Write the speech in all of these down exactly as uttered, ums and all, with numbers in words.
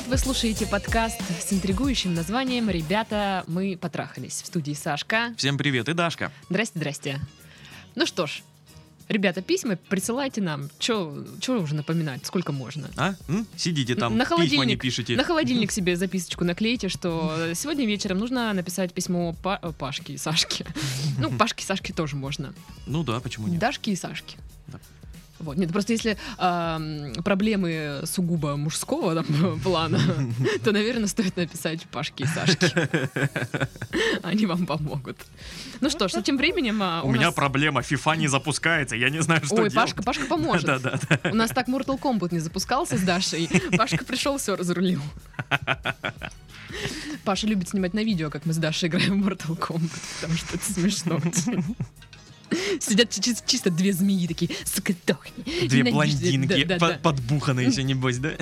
привет! Вы слушаете подкаст с интригующим названием «Ребята, мы потрахались». В студии Сашка. Всем привет, и Дашка. Здрасте, здрасте. Ну что ж, ребята, письма присылайте нам. Чё, чё уже напоминать? Сколько можно? А? М? Сидите там, на письма не пишите. На холодильник себе записочку наклейте, что сегодня вечером нужно написать письмо Па- Пашке и Сашке. Ну, Пашке и Сашке тоже можно. Ну да, почему нет? Дашке и Сашке. Да. Вот. Нет, просто если э, проблемы сугубо мужского там, плана, то, наверное, стоит написать Пашке и Сашке. Они вам помогут. Ну что ж, тем временем... А, у, у нас... меня проблема, FIFA не запускается, я не знаю, что Ой, делать. Пашка, Пашка поможет. Да, да, да. У нас так Mortal Kombat не запускался с Дашей. Пашка пришел, все разрулил. Паша любит снимать на видео, как мы с Дашей играем в Mortal Kombat, потому что это смешно. Сидят чи- чисто две змеи такие, сука, дохни. Две Ненавижу. блондинки, Да, да, под- да. подбуханные еще, небось, да?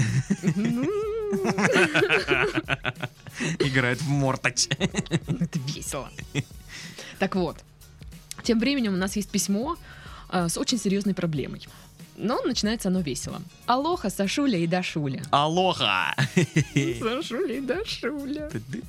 Играют в Мортач. Это весело. Так вот, тем временем у нас есть письмо э, с очень серьезной проблемой. Но начинается оно весело. Алоха, Сашуля и Дашуля. Алоха! Сашуля и Дашуля.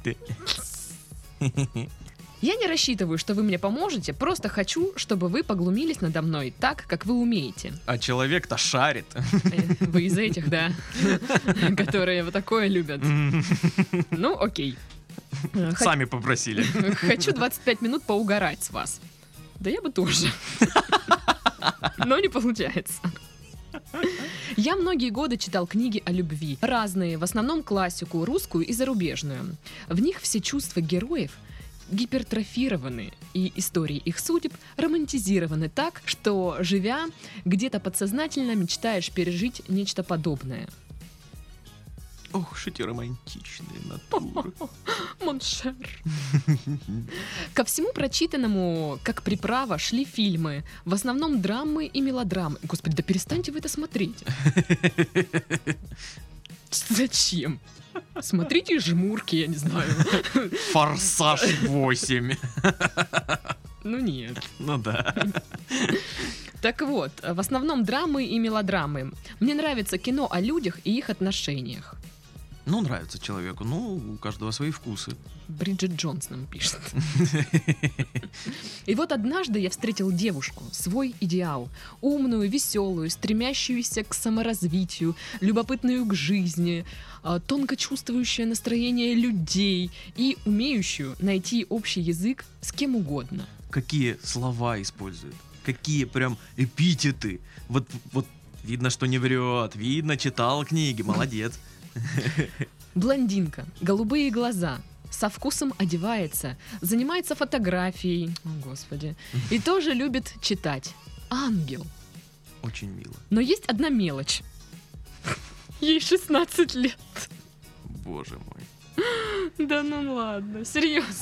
Я не рассчитываю, что вы мне поможете, просто хочу, чтобы вы поглумились надо мной так, как вы умеете. А человек-то шарит. Вы из этих, да, которые вот такое любят. Ну, окей. Сами попросили. Хочу двадцать пять минут поугарать с вас. Да я бы тоже. Но не получается. Я многие годы читал книги о любви. Разные, в основном классику, русскую и зарубежную. В них все чувства героев гипертрофированы, и истории их судеб романтизированы так, что, живя, где-то подсознательно мечтаешь пережить нечто подобное. Ох, что эти романтичные натуры. Моншер. Ко всему прочитанному, как приправа, шли фильмы. В основном драмы и мелодрамы. Господи, да перестаньте вы это смотреть. Зачем? Смотрите жмурки, я не знаю. Форсаж восемь. Ну нет. Ну да. Так вот, в основном драмы и мелодрамы. Мне нравится кино о людях и их отношениях. Ну, нравится человеку. Ну, у каждого свои вкусы. Бриджит Джонс нам пишет. И вот однажды я встретил девушку, свой идеал. Умную, веселую, стремящуюся к саморазвитию, любопытную к жизни, тонко чувствующую настроение людей и умеющую найти общий язык с кем угодно. Какие слова используют? Какие прям эпитеты? Вот, вот видно, что не врет. Видно, читал книги. Молодец. Блондинка, голубые глаза, со вкусом одевается, занимается фотографией, о господи, и тоже любит читать. Ангел. Очень мило. Но есть одна мелочь. Ей шестнадцать лет. Боже мой. Да ну ладно, серьезно.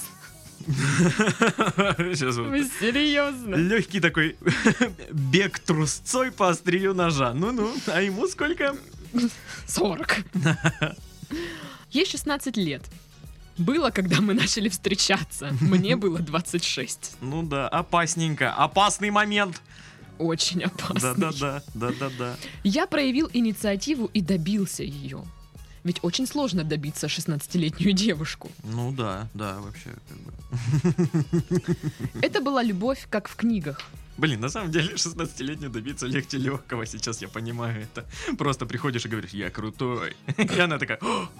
Сейчас вот. Вы серьезно? Легкий такой бег трусцой по острию ножа. Ну-ну, а ему сколько? сорок. Ей шестнадцать лет. Было, когда мы начали встречаться. Мне было двадцать шесть. Ну да, опасненько. Опасный момент. Очень опасный. Да-да-да, да-да-да. Я проявил инициативу и добился ее. Ведь очень сложно добиться шестнадцатилетнюю девушку. Ну да, да, вообще как бы. Это была любовь, как в книгах. Блин, на самом деле шестнадцатилетнюю добиться легче легкого, сейчас я понимаю это. Просто приходишь и говоришь, я крутой. И она такая,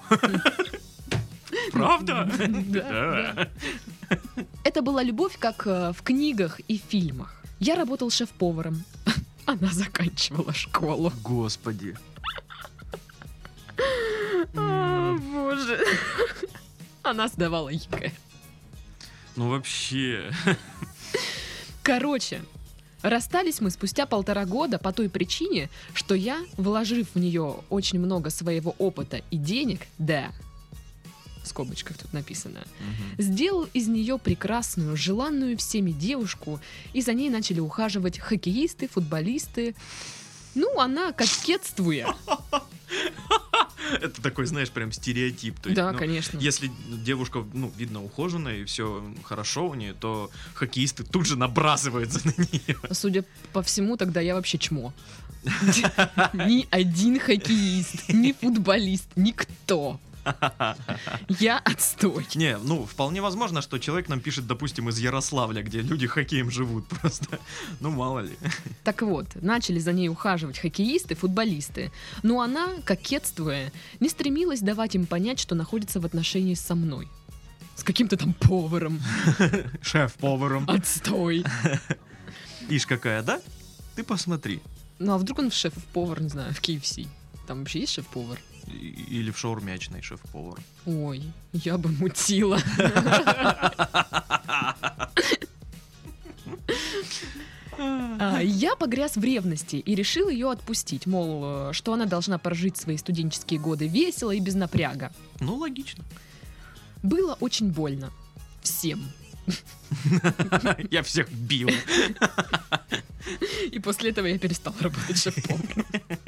правда? Да. Это была любовь, как в книгах и фильмах. Я работал шеф-поваром. Она заканчивала школу. Господи. О, боже. Она сдавала ЕГЭ. Ну вообще. Короче, расстались мы спустя полтора года по той причине, что я, вложив в нее очень много своего опыта и денег, да, в скобочках тут написано, Угу. сделал из нее прекрасную, желанную всеми девушку, и за ней начали ухаживать хоккеисты, футболисты. Ну, она, кокетствуя, Это такой, знаешь, прям стереотип. То есть, Да, ну, конечно. если девушка, ну, видно, ухоженная и все хорошо у нее, то хоккеисты тут же набрасываются на нее. Судя по всему, тогда я вообще чмо. Ни один хоккеист, ни футболист, никто. Я отстой. Не, ну, вполне возможно, что человек нам пишет, допустим, из Ярославля, где люди хоккеем живут просто. Ну, мало ли. Так вот, начали за ней ухаживать хоккеисты, футболисты. Но она, кокетствуя, не стремилась давать им понять, что находится в отношении со мной. С каким-то там поваром. Шеф-поваром. Отстой. Ишь какая, да? Ты посмотри. Ну а вдруг он шеф-повар, не знаю, в кей эф си? Там вообще есть шеф-повар? И- Или в шаурмячной шеф-повар. Ой, я бы мутила. А, Я погряз в ревности и решил ее отпустить, мол, э, что она должна прожить свои студенческие годы весело и без напряга. Ну, логично. Было очень больно. Всем. Я всех бил. И после этого я перестал работать шеф-поваром.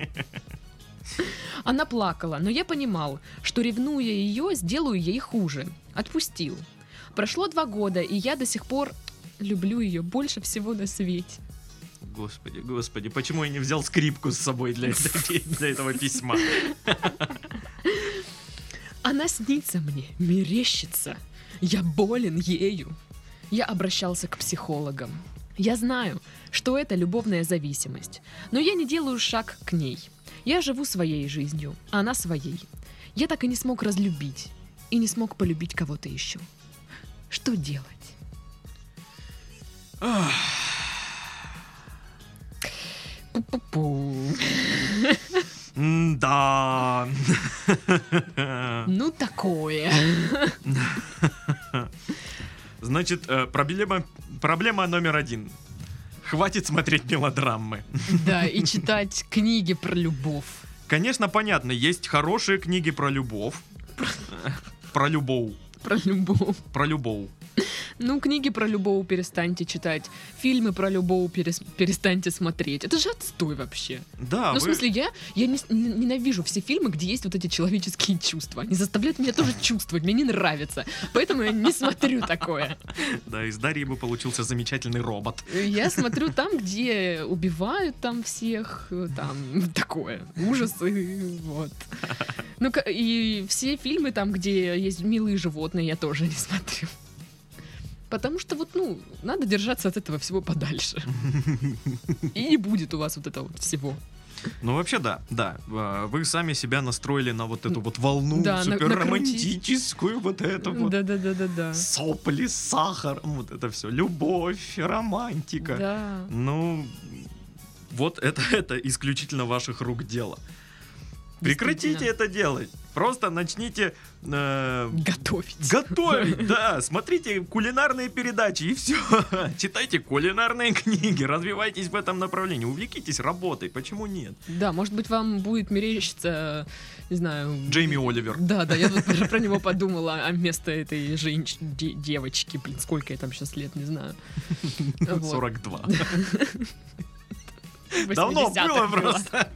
Она плакала, но я понимал, что, ревнуя ее, сделаю ей хуже. Отпустил. Прошло два года, и я до сих пор люблю ее больше всего на свете. Господи, господи, почему я не взял скрипку с собой для, этой- для этого письма? Она снится мне, мерещится. Я болен ею. Я обращался к психологам. Я знаю, что это любовная зависимость, но я не делаю шаг к ней. Я живу своей жизнью, а она своей. Я так и не смог разлюбить, и не смог полюбить кого-то еще. Что делать? Пу-пу-пу. Да. Ну, такое. Значит, э, проблема, проблема номер один. Хватит смотреть мелодрамы. Да, и читать книги про любовь. Конечно, понятно, есть хорошие книги про любовь. Про любовь. Про любовь. Про любовь. Ну, книги про любовь перестаньте читать, фильмы про любовь перес- перестаньте смотреть. Это же отстой вообще. Да, Ну, в вы- смысле, я, я не, с- не- ненавижу все фильмы, где есть вот эти человеческие чувства. Они заставляют меня тоже чувствовать, мне не нравится. Поэтому я не смотрю такое. Да, из Дарьи бы получился замечательный робот. Я смотрю там, где убивают там всех, там такое, ужасы, вот. Ну, ка- и все фильмы там, где есть милые животные, я тоже не смотрю. Потому что вот, ну, надо держаться от этого всего подальше. И не будет у вас вот этого вот всего. Ну, вообще, да, да. А, Вы сами себя настроили на вот эту вот волну Да, на- суперромантическую, вот эту вот. Да-да-да-да-да. Сопли с сахаром, вот это все. Любовь, романтика. Да. Ну, вот это, это исключительно ваших рук дело. Прекратите Действительно. это делать. Просто начните э, Готовить. готовить, да. Смотрите кулинарные передачи и все. Читайте кулинарные книги, развивайтесь в этом направлении, увлекитесь работой. Почему нет? Да, может быть, вам будет мерещиться, не знаю... Джейми Оливер. Да, да, я вот про про него подумала, а вместо этой женщ... де- девочки, блин, сколько ей там сейчас лет, не знаю. Вот. сорок два. В Давно восьмидесятых было просто.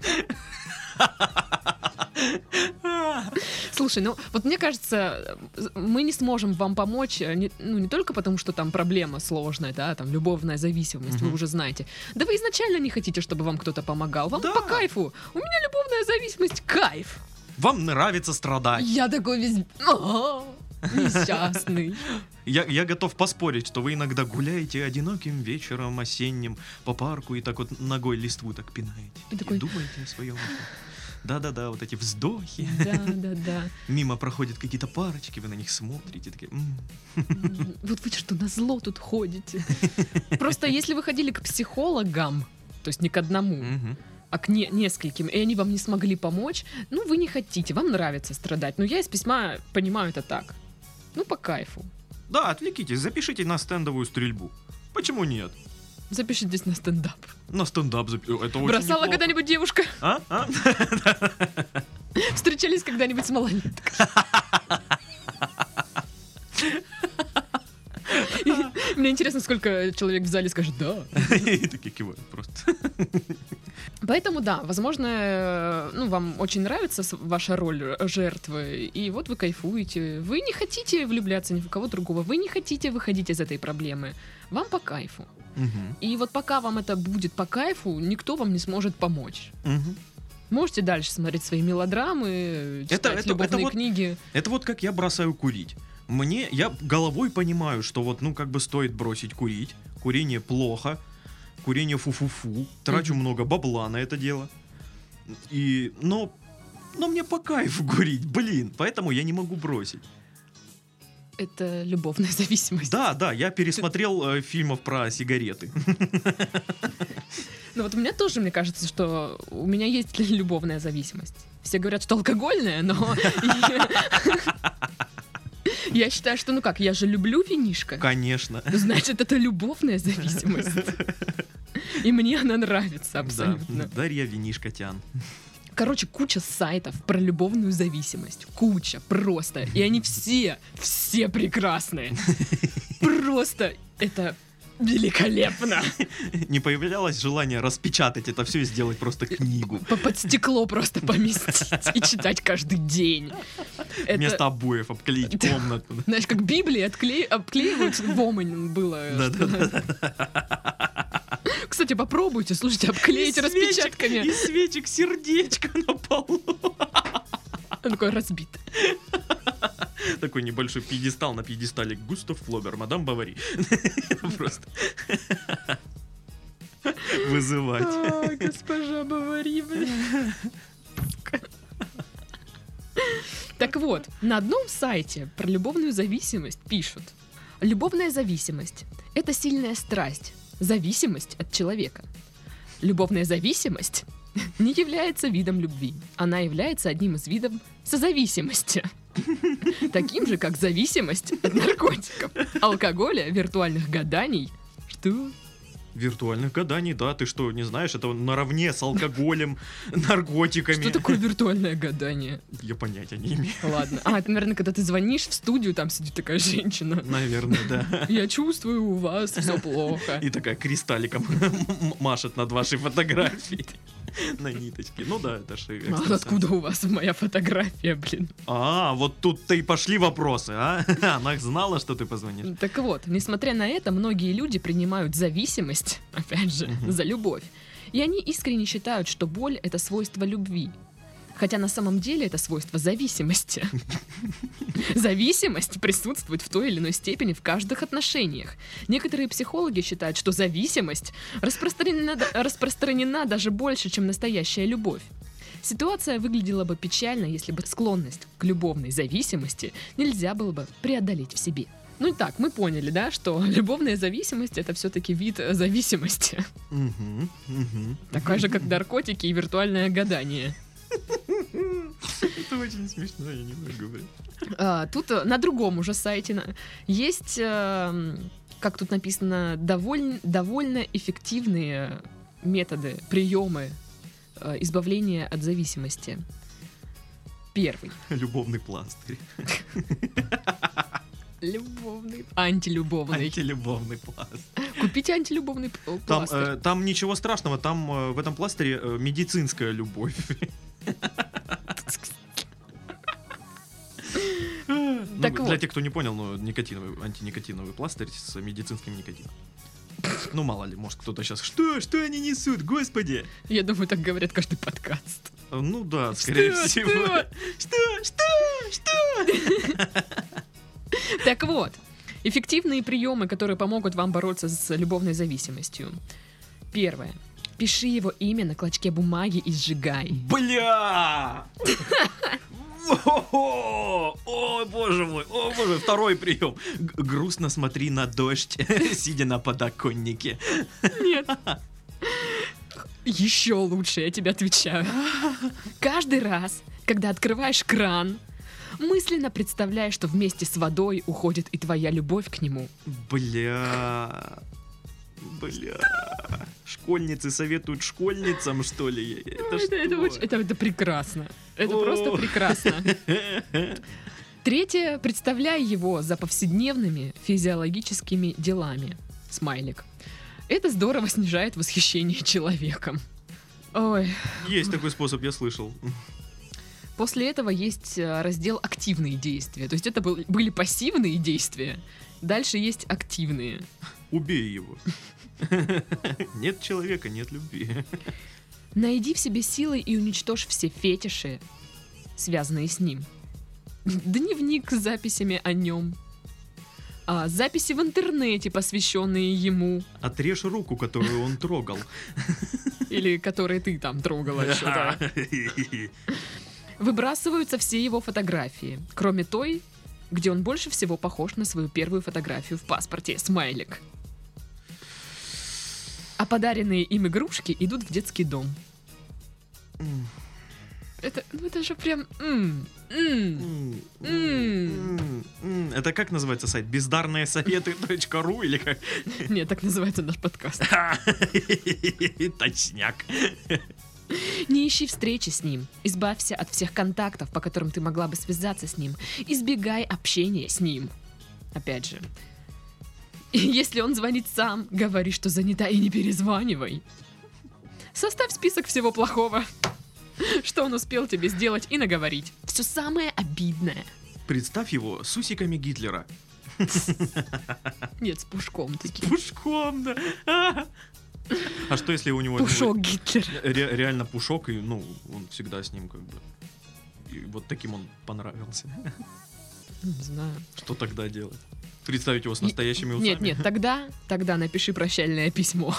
Слушай, ну вот мне кажется, мы не сможем вам помочь, э, не, ну не только потому, что там проблема сложная, да, там любовная зависимость, вы Мгм. уже знаете. Да вы изначально не хотите, чтобы вам кто-то помогал. Вам Да. по кайфу. У меня любовная зависимость, кайф. Вам нравится страдать. Я такой весь а, несчастный. Я, я готов поспорить, что вы иногда гуляете одиноким вечером осенним по парку и так вот ногой листву так пинаете. И такой- думаете о своем. Да-да-да, вот эти вздохи. Да, да, да. Мимо проходят какие-то парочки, вы на них смотрите, такие... «М». М, Вот вы что, на зло тут ходите? Просто если вы ходили к психологам, то есть не к одному, Мгм. а к не- нескольким, и они вам не смогли помочь, ну, вы не хотите, вам нравится страдать. Но я из письма понимаю это так. Ну, по кайфу. Да, отвлекитесь, запишите на стендовую стрельбу. Почему нет? Запишитесь на стендап. На стендап запи- Это очень Бросала неплохо. когда-нибудь девушка? А? А? Встречались когда-нибудь с малолеткой? И Мне интересно, сколько человек в зале скажет «да». И такие кивают просто. Поэтому, да, возможно, э, ну, вам очень нравится с- ваша роль жертвы, и вот вы кайфуете. Вы не хотите влюбляться ни в кого другого, вы не хотите выходить из этой проблемы. Вам по кайфу. Мгм. И вот пока вам это будет по кайфу, никто вам не сможет помочь. Мгм. Можете дальше смотреть свои мелодрамы, читать это- любовные это вот- книги. Это вот как я бросаю курить. Мне, я головой понимаю, что вот, ну, как бы стоит бросить курить. Курение плохо. Курение фу-фу-фу. Трачу Мгм. много бабла на это дело. И, но, но мне по кайфу курить, блин. Поэтому я не могу бросить. Это любовная зависимость. Да, да, я пересмотрел э, фильмов про сигареты. Ну вот у меня тоже, мне кажется, что у меня есть любовная зависимость. Все говорят, что алкогольная, но я считаю, что ну как, я же люблю винишко. Конечно. Значит, это любовная зависимость. И мне она нравится Да, абсолютно. Дарья Винишкотян. Короче, куча сайтов про любовную зависимость. Куча, просто. И они все, все прекрасные. Просто это великолепно. Не появлялось желание распечатать это все и сделать просто книгу. По- Под стекло просто поместить и читать каждый день. Это, Вместо обоев обклеить Да. комнату. знаешь, как Библии откле- обклеивают, в Омань было. Да-да-да. Кстати, попробуйте, слушайте, обклеить распечатками. И свечек сердечко на полу. Он такой разбит. Такой небольшой пьедестал, на пьедестале Густав Флобер, мадам Бавари. Просто вызывать. Ой, госпожа Бавари, блин. Так вот, на одном сайте про любовную зависимость пишут: любовная зависимость — это сильная страсть, зависимость от человека. Любовная зависимость не является видом любви. Она является одним из видов созависимости. Таким же, как зависимость от наркотиков, алкоголя, виртуальных гаданий. Что? Виртуальных гаданий, да, ты что, не знаешь, это наравне с алкоголем, наркотиками. Что такое виртуальное гадание? Я понятия не имею. Ладно. А, это, наверное, когда ты звонишь в студию, там сидит такая женщина. Наверное, да. Я чувствую, у вас все плохо. И такая кристалликом м- машет над вашей фотографией на ниточке. Ну да, это же... А экстрасенс. откуда у вас моя фотография, блин? А, вот тут-то и пошли вопросы, а? Она знала, что ты позвонишь. Так вот, несмотря на это, многие люди принимают зависимость, опять же, Мгм. за любовь. И они искренне считают, что боль — это свойство любви. Хотя на самом деле это свойство зависимости. Зависимость присутствует в той или иной степени в каждых отношениях. Некоторые психологи считают, что зависимость распространена, распространена даже больше, чем настоящая любовь. Ситуация выглядела бы печально, если бы склонность к любовной зависимости нельзя было бы преодолеть в себе. Ну и так, мы поняли, да, что любовная зависимость — это все-таки вид э, зависимости. Мгм, мгм. Такой же, как наркотики и виртуальное гадание. Это очень смешно, я не могу говорить. А, тут э, на другом уже сайте на- есть, э, м, как тут написано, довольно, довольно эффективные методы, приемы э, избавления от зависимости. Первый. Любовный пластырь. Любовный. Антилюбовный. Антилюбовный пластырь. Купите антилюбовный п- Там, пластырь. э, там ничего страшного, там э, в этом пластыре э, медицинская любовь. Ну, Так для вот. тех, кто не понял, ну, никотиновый, антиникотиновый пластырь с медицинским никотином. Ну, мало ли, может, кто-то сейчас... Что? Что они несут? Господи! Я думаю, так говорят каждый подкаст. Ну да, скорее Что? всего. Что? Что? Что? Так вот, эффективные приемы, которые помогут вам бороться с любовной зависимостью. Первое. Пиши его имя на клочке бумаги и сжигай. Бля! О, о, боже мой, о, боже, второй прием. Г- грустно смотри на дождь, сидя на подоконнике. Нет. Еще лучше, я тебе отвечаю. Каждый раз, когда открываешь кран, мысленно представляй, что вместе с водой уходит и твоя любовь к нему. Бля. Бля. Школьницы советуют школьницам, что ли? Это, это, это что? очень- это- это прекрасно. Это О. просто прекрасно. Третье. Представляй его за повседневными физиологическими делами. Смайлик. Это здорово снижает восхищение человеком. Ой. Есть такой способ, я слышал. После этого есть э, раздел «Активные действия». То есть это был- были пассивные действия. Дальше есть активные. Убей его. Нет человека, нет любви. Найди в себе силы и уничтожь все фетиши, связанные с ним. Дневник с записями о нем. А, записи в интернете, посвященные ему. Отрежь руку, которую он трогал. Или которые ты там трогала что-то. Выбрасываются все его фотографии, кроме той, где он больше всего похож на свою первую фотографию в паспорте. Смайлик. А подаренные им игрушки идут в детский дом. Это, ну это же прям... м, м. М. Это как называется сайт? бездарные советы точка ру или как? Нет, так называется наш подкаст. Точняк. Не ищи встречи с ним. Избавься от всех контактов, по которым ты могла бы связаться с ним. Избегай общения с ним. Опять же. И если он звонит сам, говори, что занята, и не перезванивай. Составь список всего плохого, что он успел тебе сделать и наговорить. Все самое обидное. Представь его с усиками Гитлера. Нет, с пушком таким. Пушком, да. А что если у него Пушок Гитлер. ре- реально пушок, и ну, он всегда с ним как бы... И вот таким он понравился. Не знаю. Что тогда делать? Представить его с И- настоящими усами? Нет, нет, тогда, тогда напиши прощальное письмо,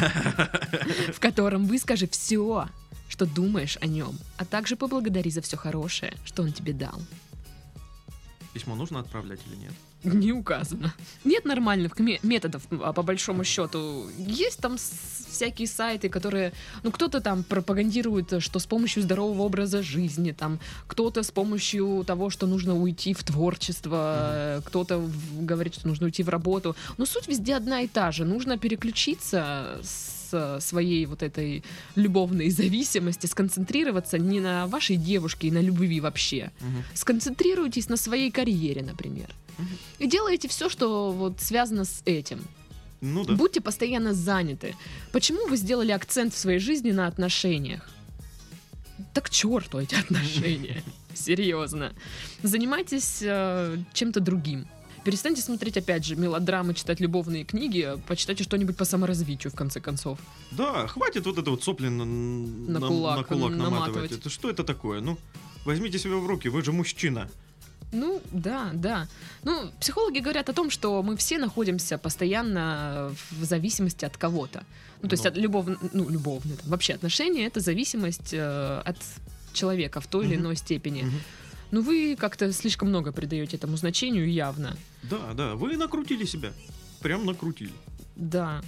в котором выскажи все, что думаешь о нем, а также поблагодари за все хорошее, что он тебе дал. Письмо нужно отправлять или нет? Не указано. Нет нормальных ме- методов, а, по большому счету. Есть там с- всякие сайты, которые... Ну, кто-то там пропагандирует, что с помощью здорового образа жизни, там, кто-то с помощью того, что нужно уйти в творчество, кто-то в- говорит, что нужно уйти в работу. Но суть везде одна и та же. Нужно переключиться с своей вот этой любовной зависимости, сконцентрироваться не на вашей девушке и на любви вообще. Мгм. Сконцентрируйтесь на своей карьере, например. Мгм. И делайте все, что вот связано с этим. Ну да. Будьте постоянно заняты. Почему вы сделали акцент в своей жизни на отношениях? Да к черту эти отношения. Серьезно. Занимайтесь э, чем-то другим. Перестаньте смотреть, опять же, мелодрамы, читать любовные книги, почитайте что-нибудь по саморазвитию, в конце концов. Да, хватит вот это вот сопли на, На на- кулак на кулак наматывать. наматывать. Это что это такое? Ну, возьмите себя в руки, вы же мужчина. Ну, да, да. Ну, психологи говорят о том, что мы все находимся постоянно в зависимости от кого-то. Ну, то есть Ну. от любов... ну, любовные, там, вообще отношения — это зависимость э, от человека в той или Мгм. иной степени. Мгм. Ну, вы как-то слишком много придаете этому значению, явно. Да, да, вы накрутили себя. Прям накрутили. Да.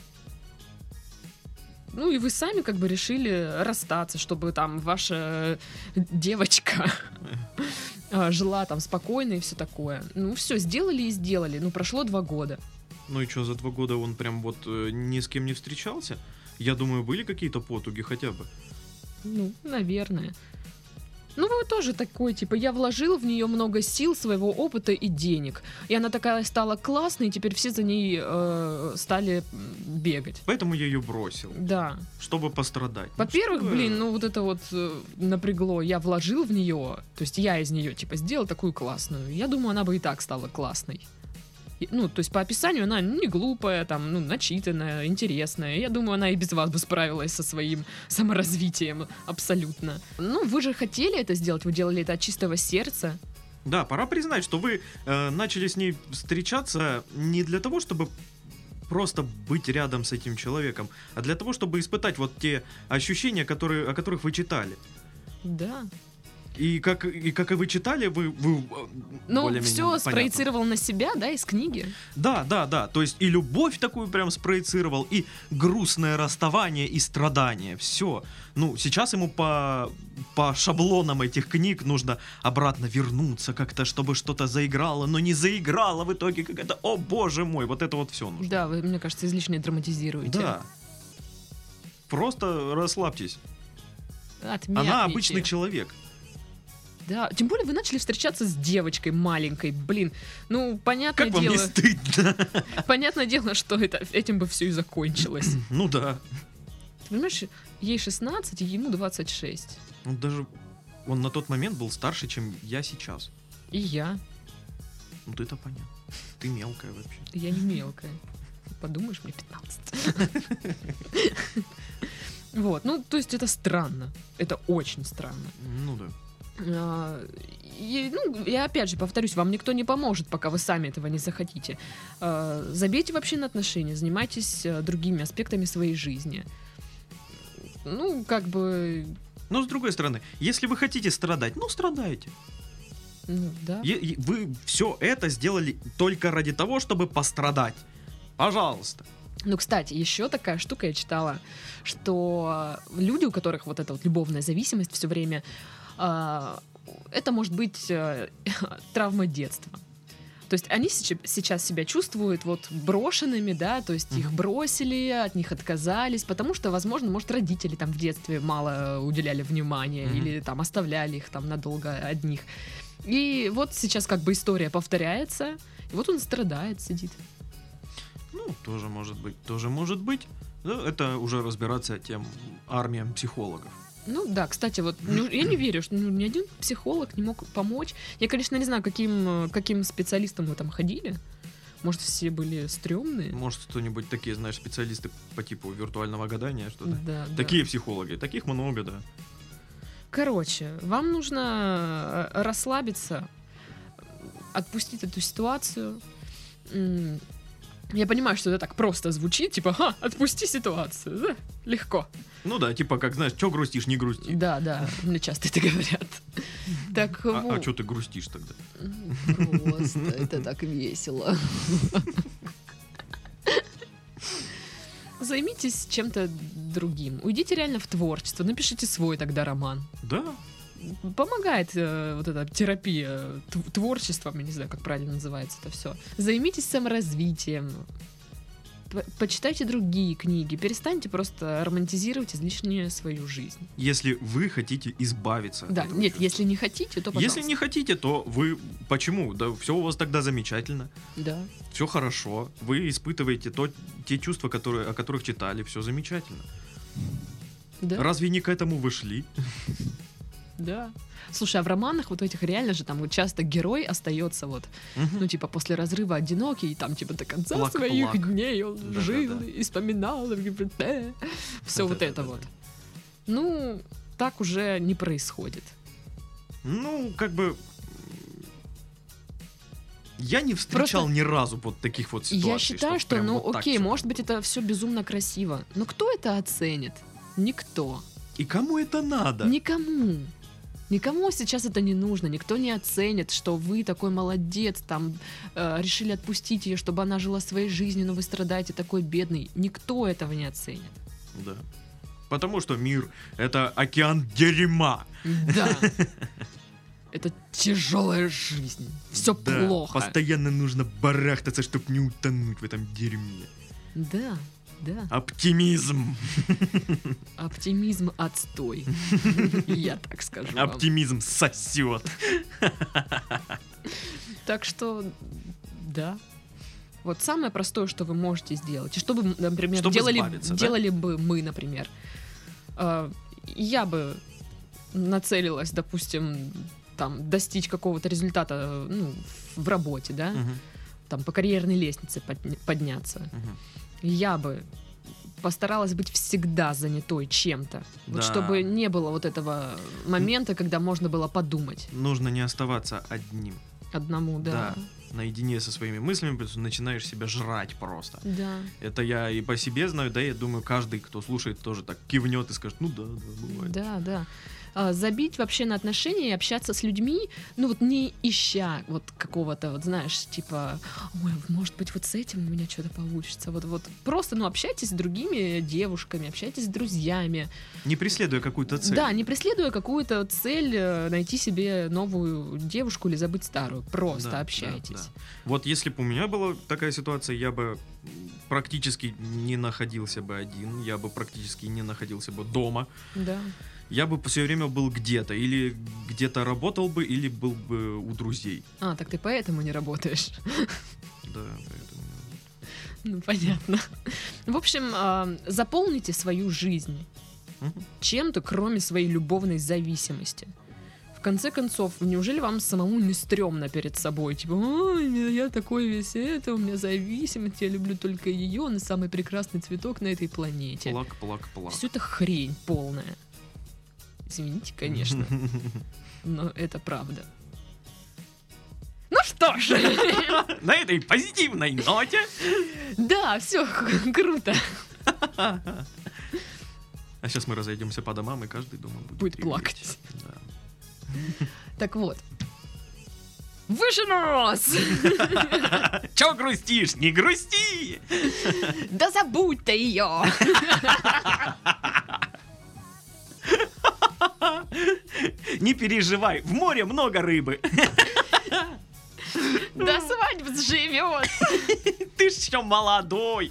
Ну, и вы сами как бы решили расстаться, чтобы там ваша девочка а, жила там спокойно и все такое. Ну, все, сделали и сделали. Ну, прошло два года. Ну и что, за два года он прям вот э, ни с кем не встречался? Я думаю, были какие-то потуги хотя бы. Ну, наверное. Ну, вы тоже такой, типа, я вложил в нее много сил, своего опыта и денег. И она такая стала классной, и теперь все за ней э, стали м, бегать. Поэтому я ее бросил, Да. чтобы пострадать. Ну, Во-первых, что вы? блин, ну вот это вот э, напрягло. Я вложил в нее, то есть я из нее, типа, сделал такую классную. Я думаю, она бы и так стала классной. И, ну, то есть по описанию она не глупая, там, ну, начитанная, интересная. Я думаю, она и без вас бы справилась со своим саморазвитием абсолютно. Ну, вы же хотели это сделать, вы делали это от чистого сердца. Да, пора признать, что вы э, начали с ней встречаться не для того, чтобы просто быть рядом с этим человеком, а для того, чтобы испытать вот те ощущения, которые, о которых вы читали. Да. И как, и как и вы читали, вы, вы э, Ну, более-менее все понятно. спроецировал на себя, да, из книги. Да, да, да. То есть и любовь такую прям спроецировал, и грустное расставание, и страдания. Все. Ну, сейчас ему по, по шаблонам этих книг нужно обратно вернуться как-то, чтобы что-то заиграло, но не заиграло в итоге как это. О, боже мой, вот это вот все нужно. Да, вы, мне кажется, излишне драматизируете. Да. Просто расслабьтесь. Отмякните. Она обычный человек. Да, тем более вы начали встречаться с девочкой маленькой, блин. Ну, понятное Как вам дело, не стыдно? понятное дело, что это, этим бы все и закончилось. Ну да. Ты понимаешь, ей шестнадцать, ему двадцать шесть. Он даже... Он на тот момент был старше, чем я сейчас. И я. Ну ты-то понятно. Ты мелкая вообще. Я не мелкая. Подумаешь, мне пятнадцать. Вот, ну, то есть это странно. Это очень странно. Ну да. А, И, ну, я опять же повторюсь, вам никто не поможет, пока вы сами этого не захотите. А, Забейте вообще на отношения, занимайтесь а, другими аспектами своей жизни. Ну, как бы... Но с другой стороны, если вы хотите страдать, ну страдайте. Ну, да. Е- е- Вы все это сделали только ради того, чтобы пострадать. Пожалуйста. Ну, кстати, еще такая штука я читала, что люди, у которых вот эта вот любовная зависимость все время, а, это может быть а, травма детства. То есть они сеч- сейчас себя чувствуют вот брошенными, да, то есть их бросили, от них отказались, потому что, возможно, может, родители там в детстве мало уделяли внимания Мгм. или там оставляли их там надолго одних. И вот сейчас как бы история повторяется, и вот он страдает, сидит. Ну, тоже может быть, тоже может быть. Да, это уже разбираться тем армиям психологов. Ну да, кстати, вот ну, я не верю, что ну, ни один психолог не мог помочь. Я, конечно, не знаю, каким, каким специалистам вы там ходили. Может, все были стрёмные? Может, кто-нибудь такие, знаешь, специалисты по типу виртуального гадания, что-то. Да, да. Такие психологи, таких много, да. Короче, вам нужно э, расслабиться, отпустить эту ситуацию. М, Я понимаю, что это так просто звучит, типа, ха, отпусти ситуацию, да, легко. Ну да, типа, как знаешь, чё грустишь, не грусти. Да, да, мне часто это говорят. Так А, вот. а чё ты грустишь тогда? Просто это так весело. Займитесь чем-то другим. Уйдите реально в творчество. Напишите свой тогда роман. Да, Помогает э, вот эта терапия тв- творчеством, я не знаю, как правильно называется это все. Займитесь саморазвитием. П- Почитайте другие книги. Перестаньте просто романтизировать излишне свою жизнь. если вы хотите избавиться от Да, этого нет, чувства. если не хотите, то пожалуйста. Если не хотите, то вы... Почему? Да все у вас тогда замечательно. Да. Все хорошо. Вы испытываете то, те чувства, которые, о которых читали. Все замечательно. Да. Разве не к этому вы шли? Да. Слушай, а в романах вот этих реально же там вот часто герой остается вот, Мгм. ну, типа, после разрыва одинокий, и там, типа, до конца Плак-плак. своих дней он Да-да-да. жил и вспоминал, все вот это Да-да-да-да. вот. Ну, так уже не происходит. Ну, как бы... Я не встречал Просто ни разу вот таких вот ситуаций. Я считаю, чтоб что, прям ну, вот так окей, всё может было. быть, это все безумно красиво, но кто это оценит? Никто. И кому это надо? Никому. Никому сейчас это не нужно, никто не оценит, что вы такой молодец, там э, решили отпустить ее, чтобы она жила своей жизнью, но вы страдаете такой бедный. Никто этого не оценит. Да. Потому что мир — это океан дерьма. Да. Это тяжелая жизнь. Все Да, плохо. Постоянно нужно барахтаться, чтобы не утонуть в этом дерьме. Да, да. Оптимизм. Оптимизм отстой. Я так скажу вам. Оптимизм сосет. Так что, да. Вот самое простое, что вы можете сделать. И что бы, например, Чтобы делали, избавиться, да? делали бы мы, например. Э, Я бы нацелилась, допустим, там, достичь какого-то результата, ну, в работе, да, Мгм, там, по карьерной лестнице подня- подняться. мгм. Я бы постаралась быть всегда занятой чем-то. Вот Да. чтобы не было вот этого момента, когда можно было подумать Нужно не оставаться одним. одному, да. Да. Наедине со своими мыслями, потому что начинаешь себя жрать просто. Да. Это я и по себе знаю, да, я думаю, каждый, кто слушает, тоже так кивнет и скажет, ну да, да, бывает. Да, да. А, забить вообще на отношения и общаться с людьми, ну вот не ища вот какого-то, вот знаешь, типа, ой, может быть, вот с этим у меня что-то получится. Вот, вот просто, ну, общайтесь с другими девушками, общайтесь с друзьями. Не преследуя какую-то цель. Да, не преследуя какую-то цель э, найти себе новую девушку или забыть старую. Просто Да, общайтесь. да, да. Вот если бы у меня была такая ситуация, я бы практически не находился бы один, я бы практически не находился бы дома. Да. Я бы все время был где-то, или где-то работал бы, или был бы у друзей. А, так ты поэтому не работаешь. Да, поэтому... Ну, понятно. В общем, а, заполните свою жизнь Мгм. чем-то, кроме своей любовной зависимости. В конце концов, неужели вам самому не стрёмно перед собой? Типа, ой, я такой весь это, у меня зависимость, я люблю только ее, он самый прекрасный цветок на этой планете. Плак, плак, плак. Все это хрень полная. Извините, конечно, но это правда. Ну что ж, На этой позитивной ноте. да, все круто. А сейчас мы разойдемся по домам, и каждый дома будет, Будет реветь. плакать. Да. Так вот. Выше нос! Чё грустишь? Не грусти! Да забудь ты ее! Не переживай, в море много рыбы. До свадьбы живет! Ты ж еще молодой.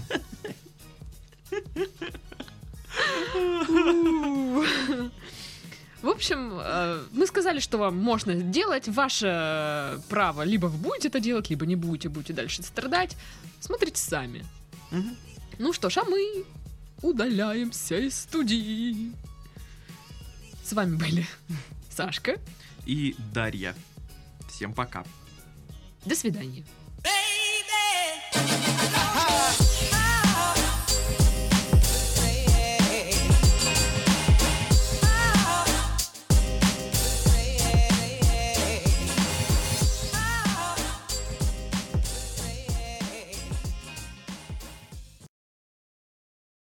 В общем, э, мы сказали, что вам можно делать. Ваше право. Либо вы будете это делать, либо не будете, будете дальше страдать. Смотрите сами. Мгм. Ну что ж, а мы удаляемся из студии. С вами были Сашка. И Дарья. Всем пока. До свидания.